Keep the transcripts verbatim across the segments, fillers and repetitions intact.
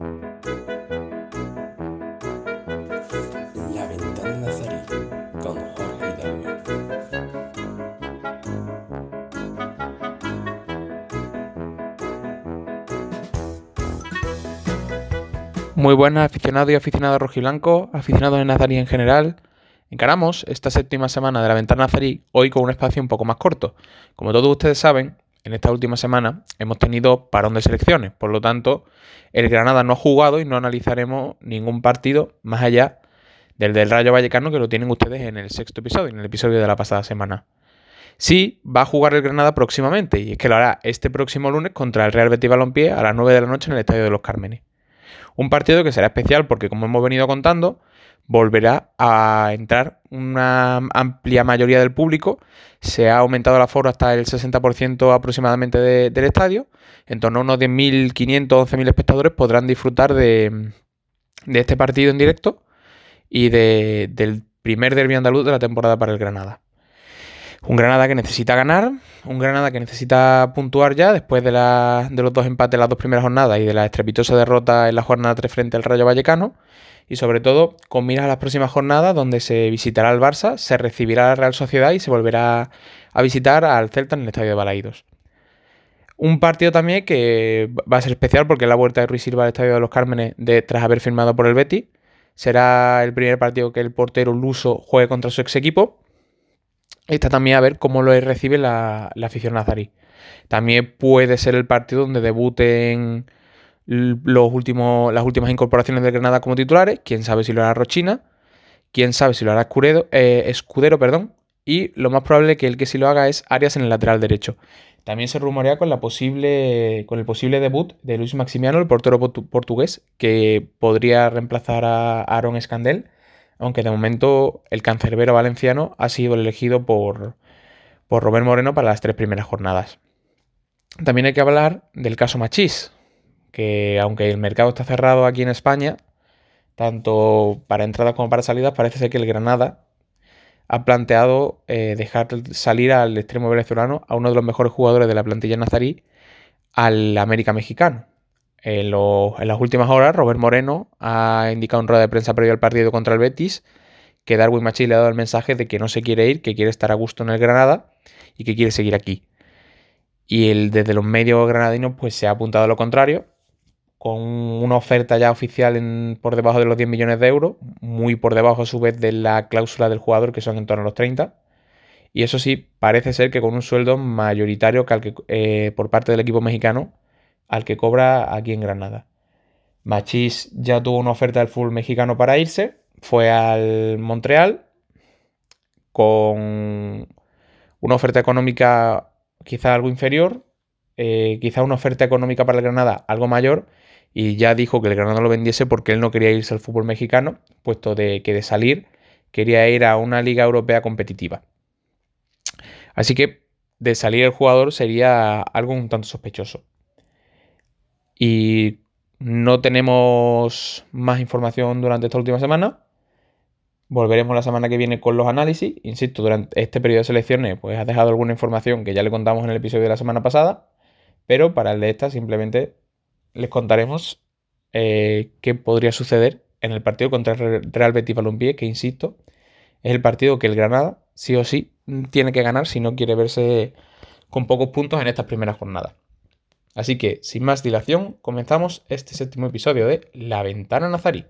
La Ventana Nazarí con Jorge Hidalgo. Muy buenas aficionados y aficionadas rojiblancos, aficionados de Nazarí en general. Encaramos esta séptima semana de la Ventana Nazarí hoy con un espacio un poco más corto. Como todos ustedes saben, en esta última semana hemos tenido parón de selecciones, por lo tanto el Granada no ha jugado y no analizaremos ningún partido más allá del del Rayo Vallecano, que lo tienen ustedes en el sexto episodio, en el episodio de la pasada semana. Sí, va a jugar el Granada próximamente, y es que lo hará este próximo lunes contra el Real Betis Balompié a las nueve de la noche en el Estadio de los Cármenes. Un partido que será especial porque, como hemos venido contando, volverá a entrar una amplia mayoría del público. Se ha aumentado el aforo hasta el sesenta por ciento aproximadamente de, del estadio. En torno a unos diez mil quinientos, once mil espectadores podrán disfrutar de, de este partido en directo y de, del primer derbi andaluz de la temporada para el Granada. Un Granada que necesita ganar, un Granada que necesita puntuar ya después de, la, de los dos empates en las dos primeras jornadas y de la estrepitosa derrota en la jornada tres frente al Rayo Vallecano, y sobre todo con miras a las próximas jornadas donde se visitará al Barça, se recibirá a la Real Sociedad y se volverá a visitar al Celta en el Estadio de Balaídos. Un partido también que va a ser especial porque es la vuelta de Ruiz Silva al Estadio de los Cármenes de, tras haber firmado por el Betis. Será el primer partido que el portero luso juegue contra su ex equipo. Está también a ver cómo lo recibe la, la afición nazarí. También puede ser el partido donde debuten los últimos, las últimas incorporaciones del Granada como titulares. Quién sabe si lo hará Rochina, quién sabe si lo hará Escudero, eh, Escudero, perdón. Y lo más probable que el que sí lo haga es Arias en el lateral derecho. También se rumorea con, la posible, con el posible debut de Luis Maximiano, el portero portugués, que podría reemplazar a Aaron Escandel, aunque de momento el cancerbero valenciano ha sido elegido por, por Robert Moreno para las tres primeras jornadas. También hay que hablar del caso Machís, que aunque el mercado está cerrado aquí en España, tanto para entradas como para salidas, parece ser que el Granada ha planteado eh, dejar salir al extremo venezolano a uno de los mejores jugadores de la plantilla nazarí, al América mexicano. En, lo, en las últimas horas, Robert Moreno ha indicado en rueda de prensa previo al partido contra el Betis que Darwin Machís le ha dado el mensaje de que no se quiere ir, que quiere estar a gusto en el Granada y que quiere seguir aquí. Y el, desde los medios granadinos pues se ha apuntado a lo contrario, con una oferta ya oficial en, por debajo de los diez millones de euros, muy por debajo a su vez de la cláusula del jugador, que son en torno a los treinta. Y eso sí, parece ser que con un sueldo mayoritario que al que, eh, por parte del equipo mexicano al que cobra aquí en Granada. Machís ya tuvo una oferta del fútbol mexicano para irse, fue al Montreal con una oferta económica quizá algo inferior, eh, quizá una oferta económica para el Granada algo mayor, y ya dijo que el Granada lo vendiese porque él no quería irse al fútbol mexicano, puesto de que de salir quería ir a una liga europea competitiva. Así que de salir el jugador sería algo un tanto sospechoso. Y no tenemos más información durante esta última semana. Volveremos la semana que viene con los análisis. Insisto, durante este periodo de selecciones pues ha dejado alguna información que ya le contamos en el episodio de la semana pasada, pero para el de esta simplemente les contaremos eh, qué podría suceder en el partido contra el Real Betis Balompié, que insisto, es el partido que el Granada sí o sí tiene que ganar si no quiere verse con pocos puntos en estas primeras jornadas. Así que, sin más dilación, comenzamos este séptimo episodio de La Ventana Nazarí.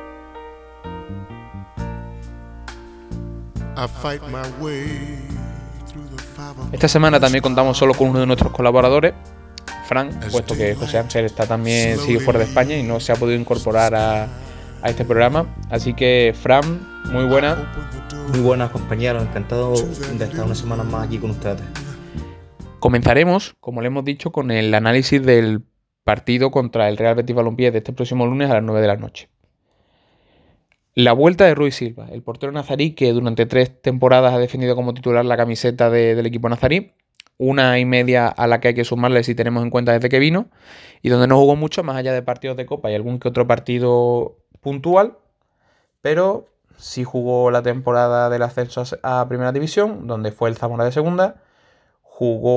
Esta semana también contamos solo con uno de nuestros colaboradores, Fran, puesto que José Ángel está también sigue fuera de España y no se ha podido incorporar a, a este programa. Así que, Fran, muy buena. Muy buenas, compañeros, encantado de estar una semana más aquí con ustedes. Comenzaremos, como le hemos dicho, con el análisis del partido contra el Real Betis Balompié de este próximo lunes a las nueve de la noche. La vuelta de Ruiz Silva, el portero nazarí que durante tres temporadas ha defendido como titular la camiseta de, del equipo nazarí, una y media a la que hay que sumarle si tenemos en cuenta desde que vino, y donde no jugó mucho más allá de partidos de Copa y algún que otro partido puntual, pero sí jugó la temporada del ascenso a Primera División, donde fue el Zamora de Segunda.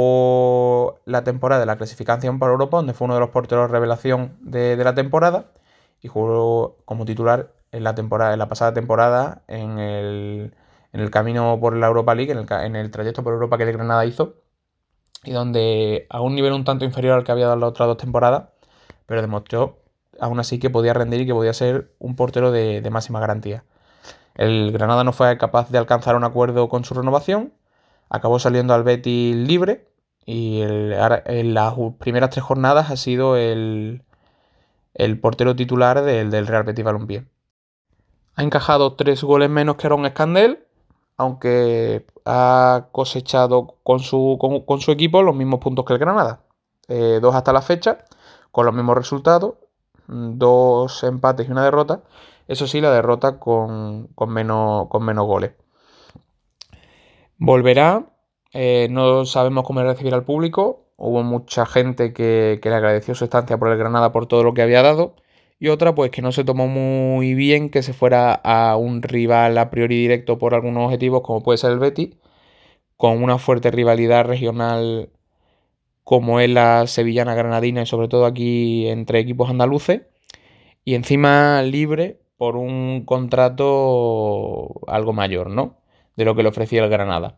Jugó la temporada de la clasificación para Europa, donde fue uno de los porteros revelación de, de la temporada, y jugó como titular en la temporada, en la pasada temporada en el, en el camino por la Europa League, en el, en el trayecto por Europa que el Granada hizo, y donde a un nivel un tanto inferior al que había dado las otras dos temporadas, pero demostró aún así que podía rendir y que podía ser un portero de, de máxima garantía. El Granada no fue capaz de alcanzar un acuerdo con su renovación, acabó saliendo al Betis libre y el, en las primeras tres jornadas ha sido el, el portero titular del, del Real Betis Balompié. Ha encajado tres goles menos que Aaron Scandell, aunque ha cosechado con su, con, con su equipo los mismos puntos que el Granada. Eh, dos hasta la fecha, con los mismos resultados, dos empates y una derrota. Eso sí, la derrota con, con, menos, con menos goles. Volverá, eh, no sabemos cómo recibir al público. Hubo mucha gente que, que le agradeció su estancia por el Granada por todo lo que había dado. Y otra, pues que no se tomó muy bien que se fuera a un rival a priori directo por algunos objetivos, como puede ser el Betis, con una fuerte rivalidad regional como es la sevillana granadina y sobre todo aquí entre equipos andaluces. Y encima libre por un contrato algo mayor, ¿no? De lo que le ofrecía el Granada.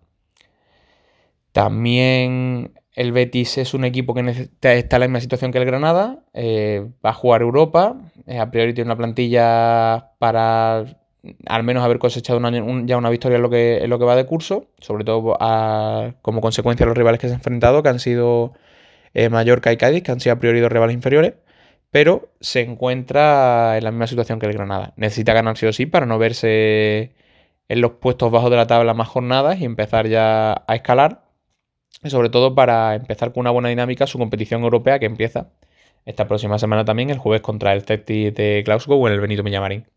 También el Betis es un equipo que necesita, está en la misma situación que el Granada. Eh, va a jugar Europa. Eh, a priori tiene una plantilla para al menos haber cosechado una, un, ya una victoria en lo que, en lo que va de curso. Sobre todo a, como consecuencia de los rivales que se han enfrentado, que han sido eh, Mallorca y Cádiz, que han sido a priori dos rivales inferiores. Pero se encuentra en la misma situación que el Granada. Necesita ganar sí o sí para no verse en los puestos bajos de la tabla más jornadas y empezar ya a escalar. Y sobre todo para empezar con una buena dinámica su competición europea, que empieza esta próxima semana también, el jueves contra el Celtic de Glasgow en el Benito Villamarín.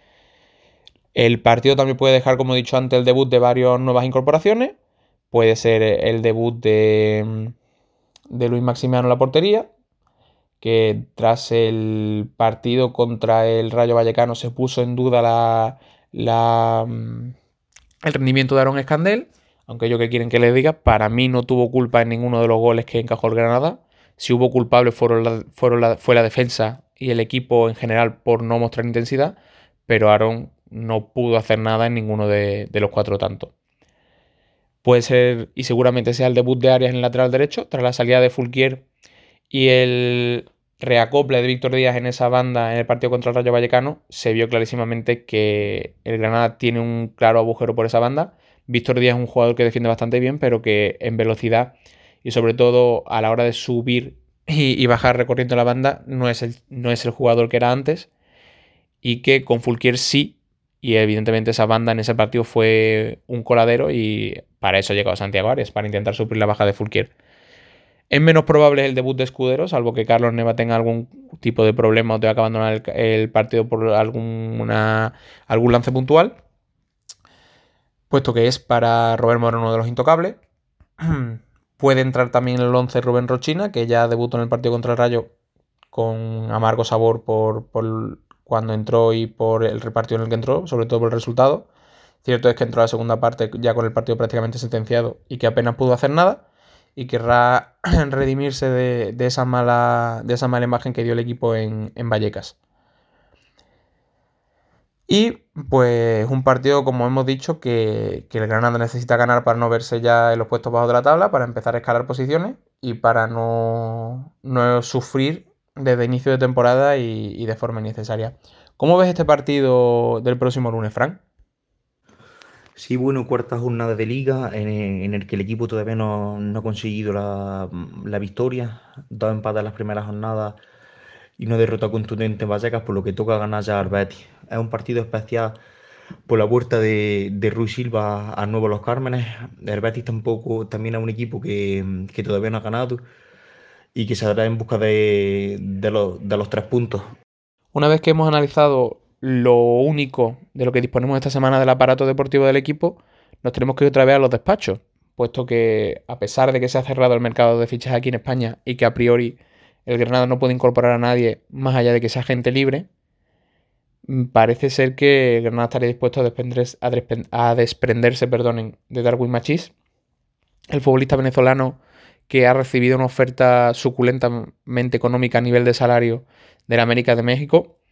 El partido también puede dejar, como he dicho antes, el debut de varias nuevas incorporaciones. Puede ser el debut de, de Luis Maximiano en la portería, que tras el partido contra el Rayo Vallecano se puso en duda la, la, el rendimiento de Aaron Scandell. Aunque ellos que quieren que les diga, para mí no tuvo culpa en ninguno de los goles que encajó el Granada. Si hubo culpables fueron la, fueron la, fue la defensa y el equipo en general por no mostrar intensidad, pero Aaron no pudo hacer nada en ninguno de, de los cuatro tantos. Puede ser, y seguramente sea el debut de Arias en el lateral derecho, tras la salida de Fulquier y el reacople de Víctor Díaz en esa banda en el partido contra el Rayo Vallecano. Se vio clarísimamente que el Granada tiene un claro agujero por esa banda. Víctor Díaz es un jugador que defiende bastante bien, pero que en velocidad y sobre todo a la hora de subir y, y bajar recorriendo la banda no es, el, no es el jugador que era antes, y que con Fulquier sí, y evidentemente esa banda en ese partido fue un coladero y para eso llegó a Santiago Arias, para intentar suplir la baja de Fulquier. Es menos probable el debut de Escudero, salvo que Carlos Neva tenga algún tipo de problema o tenga que abandonar el, el partido por alguna, algún lance puntual, puesto que es para Robert Moreno uno de los intocables. Puede entrar también en el once Rubén Rochina, que ya debutó en el partido contra el Rayo con amargo sabor por, por cuando entró y por el repartido en el que entró, sobre todo por el resultado. Cierto es que entró a la segunda parte ya con el partido prácticamente sentenciado y que apenas pudo hacer nada, y querrá redimirse de, de, esa mala, de esa mala imagen que dio el equipo en, en Vallecas. Y pues un partido, como hemos dicho, que, que el Granada necesita ganar para no verse ya en los puestos bajos de la tabla, para empezar a escalar posiciones y para no, no sufrir desde inicio de temporada y, y de forma innecesaria. ¿Cómo ves este partido del próximo lunes, Frank? Sí, bueno, cuarta jornada de liga en, en el que el equipo todavía no, no ha conseguido la, la victoria. Dos empates en las primeras jornadas y una derrota contundente en Vallecas, por lo que toca ganar ya al Betis. Es un partido especial por la vuelta de, de Rui Silva a nuevo Los Cármenes. El Betis tampoco, también es un equipo que, que todavía no ha ganado y que saldrá en busca de, de, los, de los tres puntos. Una vez que hemos analizado lo único de lo que disponemos esta semana del aparato deportivo del equipo, nos tenemos que ir otra vez a los despachos, puesto que a pesar de que se ha cerrado el mercado de fichajes aquí en España y que a priori el Granada no puede incorporar a nadie más allá de que sea gente libre, parece ser que el Granada estaría dispuesto a, desprenderse, a, desprend, a desprenderse perdonen, de Darwin Machís, el futbolista venezolano que ha recibido una oferta suculentamente económica a nivel de salario de la América de México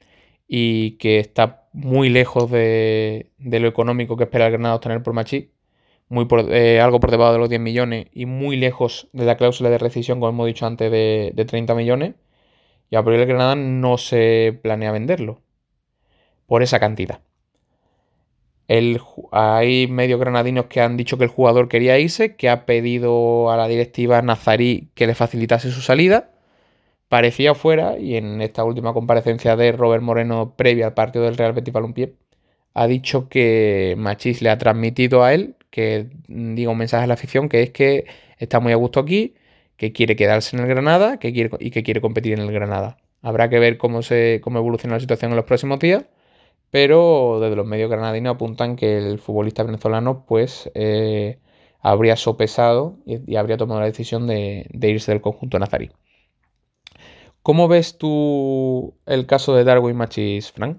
y que está muy lejos de, de lo económico que espera el Granada obtener por Machís, muy por, eh, algo por debajo de los diez millones y muy lejos de la cláusula de rescisión, como hemos dicho antes, de, de treinta millones, y a priori el Granada no se planea venderlo por esa cantidad. El, hay medios granadinos que han dicho que el jugador quería irse, que ha pedido a la directiva nazarí que le facilitase su salida. Parecía fuera, y en esta última comparecencia de Robert Moreno previa al partido del Real Betis Balompié, ha dicho que Machís le ha transmitido a él, que diga un mensaje a la afición, que es que está muy a gusto aquí, que quiere quedarse en el Granada que quiere, y que quiere competir en el Granada. Habrá que ver cómo, se, cómo evoluciona la situación en los próximos días, pero desde los medios granadinos apuntan que el futbolista venezolano pues eh, habría sopesado y, y habría tomado la decisión de, de irse del conjunto nazarí. ¿Cómo ves tú el caso de Darwin Machís, Frank?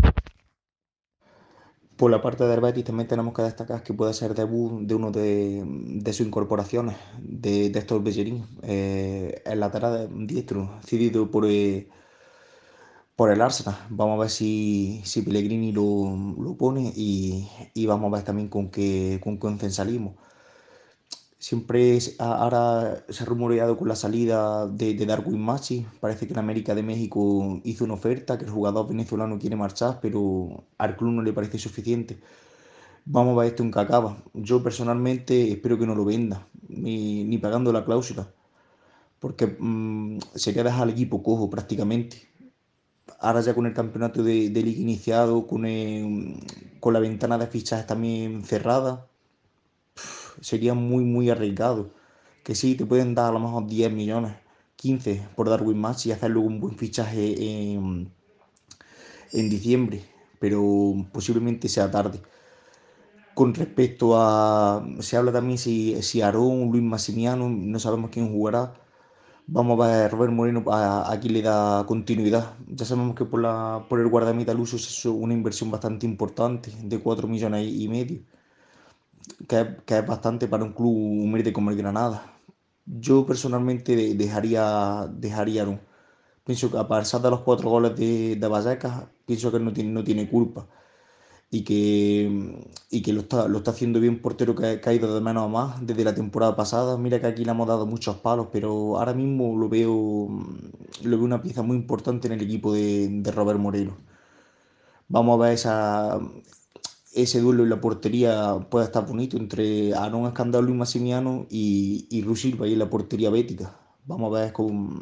Por la parte del Betis también tenemos que destacar que puede ser debut de uno de, de sus incorporaciones, de, de estos Bellerín, eh, el lateral diestro, cedido por, eh, por el Arsenal. Vamos a ver si, si Pellegrini lo, lo pone y, y vamos a ver también con qué, con qué salimos. Siempre es, ahora se ha rumoreado con la salida de, de Darwin Machís. Parece que en América de México hizo una oferta, que el jugador venezolano quiere marchar, pero al club no le parece suficiente. Vamos a ver esto en qué acaba. Yo personalmente espero que no lo venda, ni, ni pagando la cláusula, porque mmm, sería dejar al equipo cojo prácticamente. Ahora ya con el campeonato de, de liga iniciado, con, el, con la ventana de fichajes también cerrada, sería muy muy arriesgado. Que sí, te pueden dar a lo mejor diez millones, quince por Darwin Machís y hacer luego un buen fichaje en, en diciembre, pero posiblemente sea tarde. Con respecto a... se habla también si, si Aarón, Luis Massimiano, no sabemos quién jugará. Vamos a ver, Robert Moreno a, a quién le da continuidad. Ya sabemos que por, la, por el guardameta al uso se hizo una inversión bastante importante, de cuatro millones y medio, que es, que es bastante para un club humilde como el Granada. Yo personalmente dejaría, dejaría Aarón. Pienso que a pesar de los cuatro goles de, de Vallecas, pienso que no tiene, no tiene culpa. Y que, y que lo, está, lo está haciendo bien, portero que, que ha ido de menos a más desde la temporada pasada. Mira que aquí le hemos dado muchos palos, pero ahora mismo lo veo, lo veo una pieza muy importante en el equipo de, de Robert Moreno. Vamos a ver esa, ese duelo en la portería, puede estar bonito entre Aarón Escandalo y Massimiano y, y Luis Silva ahí en la portería bética. Vamos a ver cómo,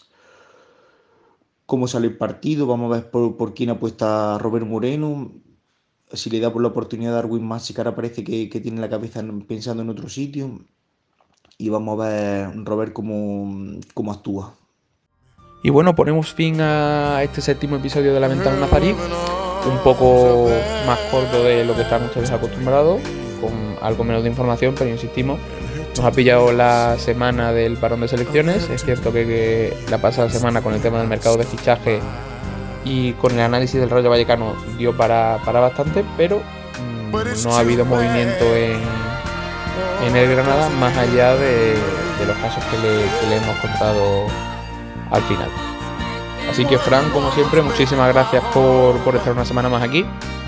cómo sale el partido, vamos a ver por, por quién apuesta Robert Moreno. Si le da por la oportunidad a Darwin Machís, que ahora parece que, que tiene la cabeza pensando en otro sitio. Y vamos a ver, Robert, cómo, cómo actúa. Y bueno, ponemos fin a este séptimo episodio de La Ventana Nazarí. Un poco más corto de lo que están ustedes acostumbrados, con algo menos de información, pero insistimos, nos ha pillado la semana del parón de selecciones. Es cierto que, que la pasada semana, con el tema del mercado de fichaje y con el análisis del Rayo Vallecano, dio para, para bastante, pero mmm, no ha habido movimiento en, en el Granada, más allá de, de los casos que le, que le hemos contado al final. Así que, Fran, como siempre, muchísimas gracias por, por estar una semana más aquí.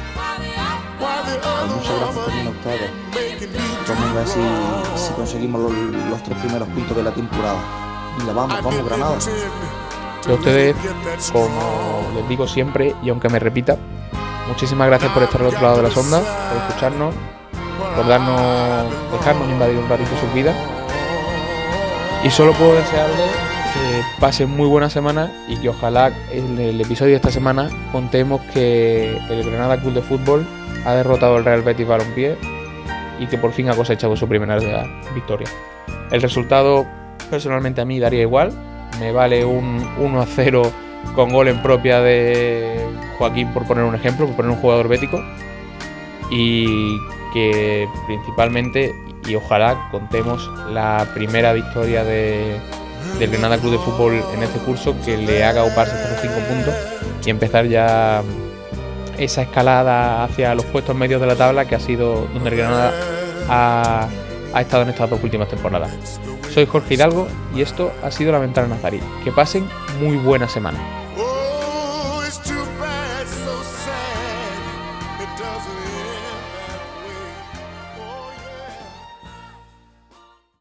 Muchas gracias también a ustedes. Vamos a ver si, si conseguimos los, los tres primeros puntos de la temporada. Y la vamos, vamos, Granada. Y a ustedes, como les digo siempre, y aunque me repita, muchísimas gracias por estar al otro lado de las ondas, por escucharnos, por darnos, dejarnos invadir un ratito sus vidas. Y solo puedo desearles que pasen muy buena semana y que ojalá en el episodio de esta semana contemos que el Granada Club de Fútbol ha derrotado al Real Betis Balompié y que por fin ha cosechado su primera victoria. El resultado, personalmente, a mí daría igual. Me vale un uno a cero con gol en propia de Joaquín, por poner un ejemplo, por poner un jugador bético. Y que principalmente, y ojalá, contemos la primera victoria de, del Granada Club de Fútbol en este curso, que le haga auparse hasta los cinco puntos y empezar ya esa escalada hacia los puestos medios de la tabla, que ha sido donde el Granada ha, ha estado en estas dos últimas temporadas. Soy Jorge Hidalgo y esto ha sido La Ventana Nazarí. Que pasen muy buena semana. doesn't end.